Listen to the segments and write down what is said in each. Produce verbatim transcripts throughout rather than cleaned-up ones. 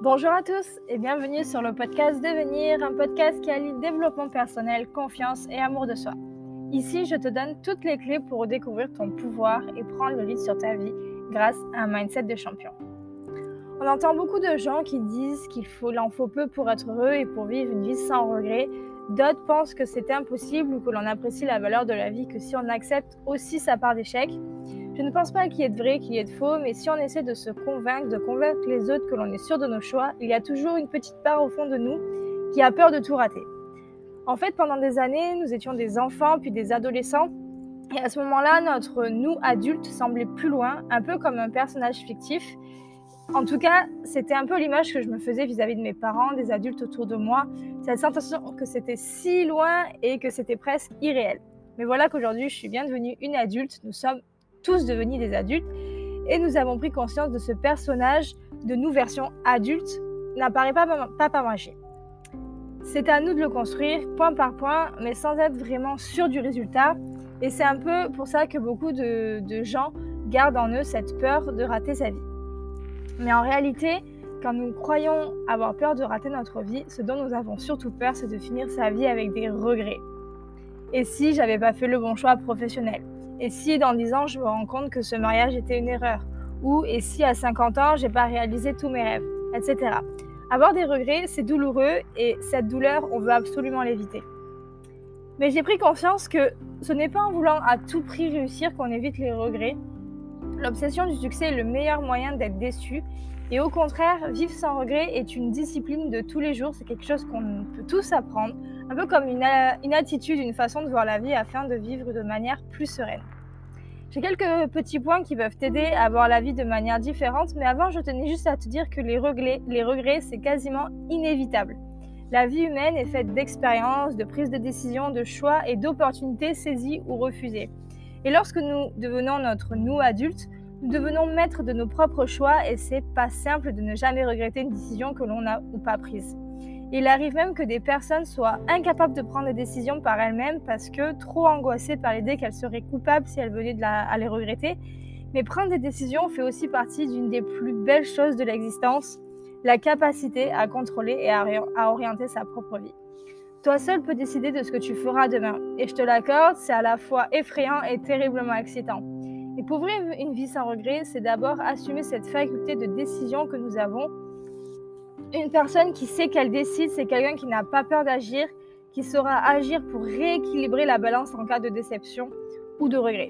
Bonjour à tous et bienvenue sur le podcast Devenir, un podcast qui allie développement personnel, confiance et amour de soi. Ici, je te donne toutes les clés pour découvrir ton pouvoir et prendre le lead sur ta vie grâce à un mindset de champion. On entend beaucoup de gens qui disent qu'il faut, il en faut peu pour être heureux et pour vivre une vie sans regret. D'autres pensent que c'est impossible ou que l'on apprécie la valeur de la vie que si on accepte aussi sa part d'échec. Je ne pense pas qu'il y ait de vrai, qu'il y ait de faux, mais si on essaie de se convaincre, de convaincre les autres que l'on est sûr de nos choix, il y a toujours une petite part au fond de nous qui a peur de tout rater. En fait, pendant des années, nous étions des enfants puis des adolescents, et à ce moment-là, notre nous adulte semblait plus loin, un peu comme un personnage fictif. En tout cas, c'était un peu l'image que je me faisais vis-à-vis de mes parents, des adultes autour de moi, cette sensation que c'était si loin et que c'était presque irréel. Mais voilà qu'aujourd'hui, je suis bien devenue une adulte, nous sommes tous devenus des adultes et nous avons pris conscience de ce personnage de nous version adulte n'apparaît pas, pas par magie. C'est à nous de le construire point par point, mais sans être vraiment sûr du résultat. Et c'est un peu pour ça que beaucoup de, de gens gardent en eux cette peur de rater sa vie. Mais en réalité, quand nous croyons avoir peur de rater notre vie, ce dont nous avons surtout peur, c'est de finir sa vie avec des regrets. Et si j'avais pas fait le bon choix professionnel? Et si dans dix ans, je me rends compte que ce mariage était une erreur? Ou et si à cinquante ans, j'ai pas réalisé tous mes rêves? Etc. Avoir des regrets, c'est douloureux et cette douleur, on veut absolument l'éviter. Mais j'ai pris conscience que ce n'est pas en voulant à tout prix réussir qu'on évite les regrets. L'obsession du succès est le meilleur moyen d'être déçu. Et au contraire, vivre sans regret est une discipline de tous les jours. C'est quelque chose qu'on peut tous apprendre. Un peu comme une, une attitude, une façon de voir la vie afin de vivre de manière plus sereine. J'ai quelques petits points qui peuvent t'aider à voir la vie de manière différente. Mais avant, je tenais juste à te dire que les regrets, les regrets, c'est quasiment inévitable. La vie humaine est faite d'expériences, de prises de décisions, de choix et d'opportunités saisies ou refusées. Et lorsque nous devenons notre nous adulte, nous devenons maîtres de nos propres choix et c'est pas simple de ne jamais regretter une décision que l'on n'a ou pas prise. Il arrive même que des personnes soient incapables de prendre des décisions par elles-mêmes parce que trop angoissées par l'idée qu'elles seraient coupables si elles venaient de la, à les regretter. Mais prendre des décisions fait aussi partie d'une des plus belles choses de l'existence, la capacité à contrôler et à, à orienter sa propre vie. Toi seul peux décider de ce que tu feras demain. Et je te l'accorde, c'est à la fois effrayant et terriblement excitant. Et pour vivre une vie sans regret, c'est d'abord assumer cette faculté de décision que nous avons. Une personne qui sait qu'elle décide, c'est quelqu'un qui n'a pas peur d'agir, qui saura agir pour rééquilibrer la balance en cas de déception ou de regret.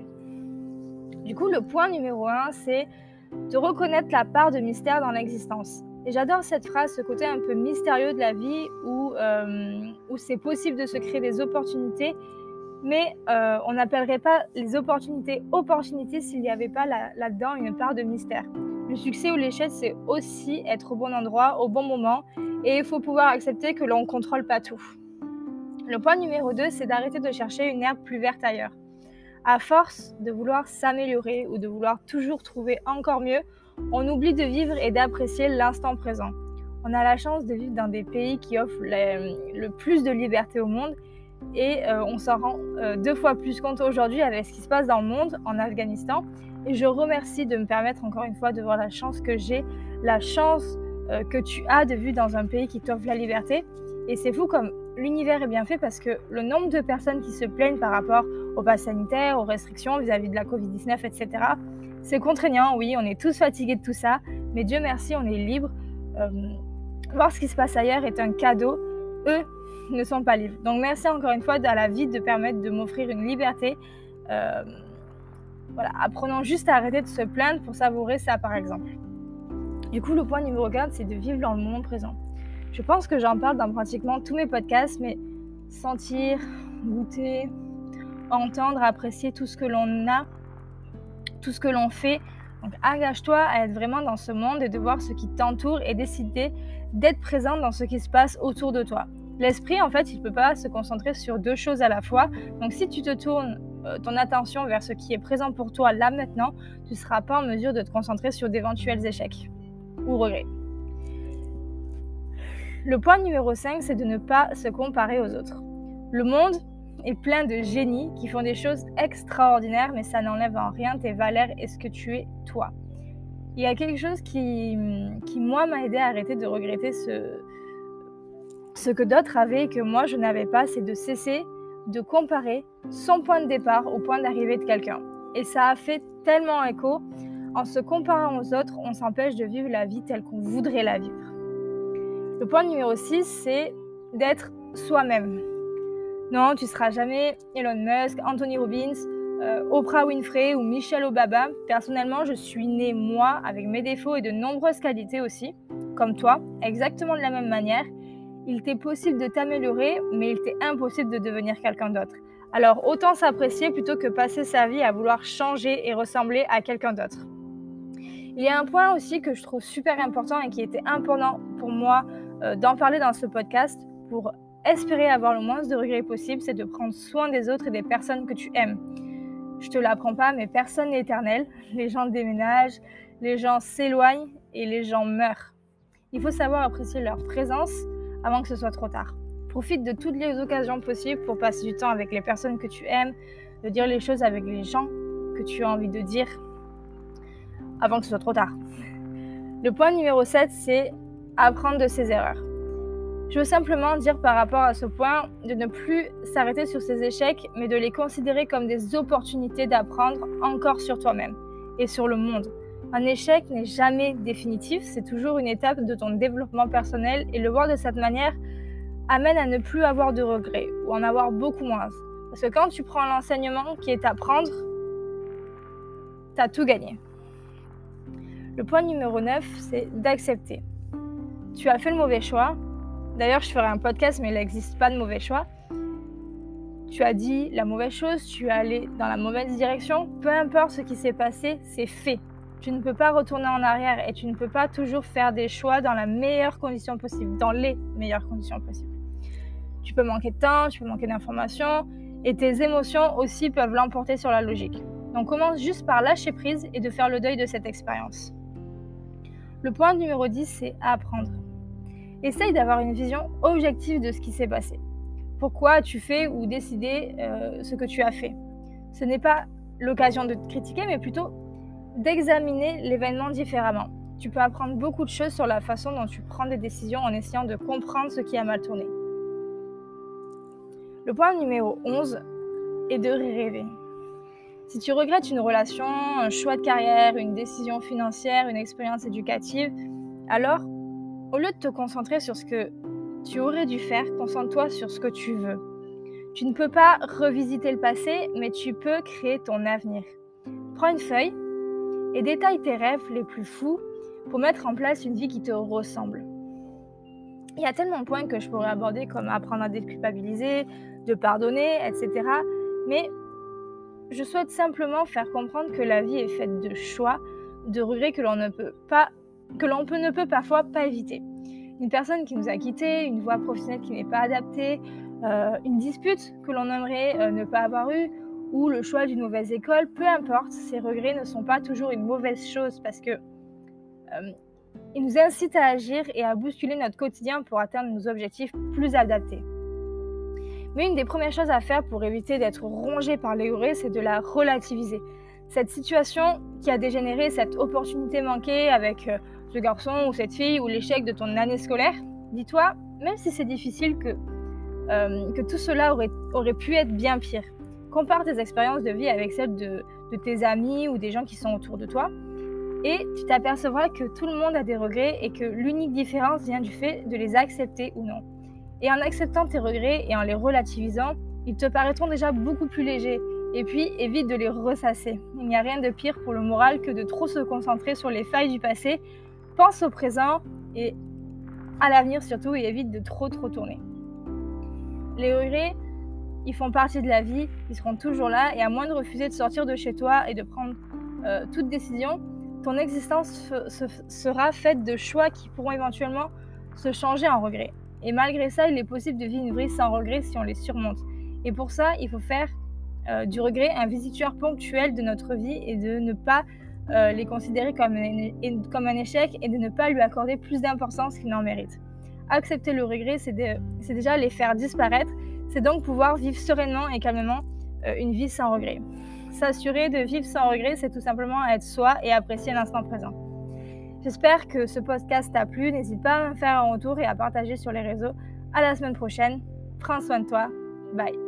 Du coup, le point numéro un, c'est de reconnaître la part de mystère dans l'existence. Et j'adore cette phrase, ce côté un peu mystérieux de la vie où, euh, où c'est possible de se créer des opportunités, mais euh, on n'appellerait pas les opportunités opportunités s'il n'y avait pas là, là-dedans une part de mystère. Le succès ou l'échec, c'est aussi être au bon endroit, au bon moment, et il faut pouvoir accepter que l'on ne contrôle pas tout. Le point numéro deux, c'est d'arrêter de chercher une herbe plus verte ailleurs. À force de vouloir s'améliorer ou de vouloir toujours trouver encore mieux, on oublie de vivre et d'apprécier l'instant présent. On a la chance de vivre dans des pays qui offrent le, le plus de liberté au monde et euh, on s'en rend euh, deux fois plus compte aujourd'hui avec ce qui se passe dans le monde, en Afghanistan. Et je remercie de me permettre encore une fois de voir la chance que j'ai, la chance euh, que tu as de vivre dans un pays qui t'offre la liberté. Et c'est fou comme l'univers est bien fait parce que le nombre de personnes qui se plaignent par rapport au pass sanitaire, aux restrictions vis-à-vis de la covid dix-neuf, et cetera, c'est contraignant, oui, on est tous fatigués de tout ça, mais Dieu merci, on est libre. Euh, voir ce qui se passe ailleurs est un cadeau. Eux ne sont pas libres. Donc merci encore une fois à la vie de permettre de m'offrir une liberté. Euh, voilà, apprenons juste à arrêter de se plaindre pour savourer ça par exemple. Du coup, le point numéro quatre, c'est de vivre dans le moment présent. Je pense que j'en parle dans pratiquement tous mes podcasts, mais sentir, goûter, entendre, apprécier tout ce que l'on a, tout ce que l'on fait. Donc engage-toi à être vraiment dans ce monde et de voir ce qui t'entoure et décider d'être présent dans ce qui se passe autour de toi. L'esprit, en fait, il ne peut pas se concentrer sur deux choses à la fois. Donc si tu te tournes euh, ton attention vers ce qui est présent pour toi là maintenant, tu ne seras pas en mesure de te concentrer sur d'éventuels échecs ou regrets. Le point numéro cinq, c'est de ne pas se comparer aux autres. Le monde est plein de génies qui font des choses extraordinaires, mais ça n'enlève en rien tes valeurs et ce que tu es toi. Il y a quelque chose qui, qui moi, m'a aidé à arrêter de regretter ce, ce que d'autres avaient et que moi, je n'avais pas, c'est de cesser de comparer son point de départ au point d'arrivée de quelqu'un. Et ça a fait tellement écho. En se comparant aux autres, on s'empêche de vivre la vie telle qu'on voudrait la vivre. Le point numéro six, c'est d'être soi-même. Non, tu ne seras jamais Elon Musk, Anthony Robbins, euh, Oprah Winfrey ou Michelle Obama. Personnellement, je suis née, moi, avec mes défauts et de nombreuses qualités aussi, comme toi, exactement de la même manière. Il t'est possible de t'améliorer, mais il t'est impossible de devenir quelqu'un d'autre. Alors, autant s'apprécier plutôt que passer sa vie à vouloir changer et ressembler à quelqu'un d'autre. Il y a un point aussi que je trouve super important et qui était important pour moi euh, d'en parler dans ce podcast pour espérer avoir le moins de regrets possible, c'est de prendre soin des autres et des personnes que tu aimes. Je te l'apprends pas, mais personne n'est éternel. Les gens déménagent, les gens s'éloignent et les gens meurent. Il faut savoir apprécier leur présence avant que ce soit trop tard. Profite de toutes les occasions possibles pour passer du temps avec les personnes que tu aimes, de dire les choses avec les gens que tu as envie de dire avant que ce soit trop tard. Le point numéro sept, c'est apprendre de ses erreurs. Je veux simplement dire par rapport à ce point de ne plus s'arrêter sur ses échecs, mais de les considérer comme des opportunités d'apprendre encore sur toi-même et sur le monde. Un échec n'est jamais définitif, c'est toujours une étape de ton développement personnel et le voir de cette manière amène à ne plus avoir de regrets ou en avoir beaucoup moins. Parce que quand tu prends l'enseignement qui est apprendre, tu as tout gagné. Le point numéro neuf, c'est d'accepter. Tu as fait le mauvais choix. D'ailleurs, je ferai un podcast, mais il n'existe pas de mauvais choix. Tu as dit la mauvaise chose, tu es allé dans la mauvaise direction. Peu importe ce qui s'est passé, c'est fait. Tu ne peux pas retourner en arrière et tu ne peux pas toujours faire des choix dans la meilleure condition possible, dans les meilleures conditions possibles. Tu peux manquer de temps, tu peux manquer d'informations et tes émotions aussi peuvent l'emporter sur la logique. Donc commence juste par lâcher prise et de faire le deuil de cette expérience. Le point numéro dix, c'est apprendre. Essaye d'avoir une vision objective de ce qui s'est passé. Pourquoi as-tu fait ou décidé euh, ce que tu as fait? Ce n'est pas l'occasion de te critiquer, mais plutôt d'examiner l'événement différemment. Tu peux apprendre beaucoup de choses sur la façon dont tu prends des décisions en essayant de comprendre ce qui a mal tourné. Le point numéro onze est de rêver. Si tu regrettes une relation, un choix de carrière, une décision financière, une expérience éducative, alors, au lieu de te concentrer sur ce que tu aurais dû faire, concentre-toi sur ce que tu veux. Tu ne peux pas revisiter le passé, mais tu peux créer ton avenir. Prends une feuille et détaille tes rêves les plus fous pour mettre en place une vie qui te ressemble. Il y a tellement de points que je pourrais aborder comme apprendre à déculpabiliser, de pardonner, et cetera. Mais je souhaite simplement faire comprendre que la vie est faite de choix, de regrets que l'on ne peut pas, que l'on peut, ne peut parfois pas éviter. Une personne qui nous a quittés, une voie professionnelle qui n'est pas adaptée, euh, une dispute que l'on aimerait euh, ne pas avoir eue, ou le choix d'une mauvaise école, peu importe, ces regrets ne sont pas toujours une mauvaise chose parce que euh, ils nous incitent à agir et à bousculer notre quotidien pour atteindre nos objectifs plus adaptés. Mais une des premières choses à faire pour éviter d'être rongé par les regrets, c'est de la relativiser. Cette situation qui a dégénéré, cette opportunité manquée avec euh, ce garçon ou cette fille ou l'échec de ton année scolaire, dis-toi, même si c'est difficile, que, euh, que tout cela aurait, aurait pu être bien pire. Compare tes expériences de vie avec celles de, de tes amis ou des gens qui sont autour de toi et tu t'apercevras que tout le monde a des regrets et que l'unique différence vient du fait de les accepter ou non. Et en acceptant tes regrets et en les relativisant, ils te paraîtront déjà beaucoup plus légers. Et puis, évite de les ressasser. Il n'y a rien de pire pour le moral que de trop se concentrer sur les failles du passé. Pense au présent et à l'avenir surtout et évite de trop trop tourner. Les regrets, ils font partie de la vie, ils seront toujours là et à moins de refuser de sortir de chez toi et de prendre euh, toute décision, ton existence f- f- sera faite de choix qui pourront éventuellement se changer en regrets. Et malgré ça, il est possible de vivre une vie sans regrets si on les surmonte. Et pour ça, il faut faire euh, du regret un visiteur ponctuel de notre vie et de ne pas euh, les considérer comme un, comme un échec et de ne pas lui accorder plus d'importance qu'il n'en mérite. Accepter le regret, c'est, de, c'est déjà les faire disparaître. C'est donc pouvoir vivre sereinement et calmement euh, une vie sans regret. S'assurer de vivre sans regret, c'est tout simplement être soi et apprécier l'instant présent. J'espère que ce podcast t'a plu. N'hésite pas à me faire un retour et à partager sur les réseaux. À la semaine prochaine. Prends soin de toi. Bye.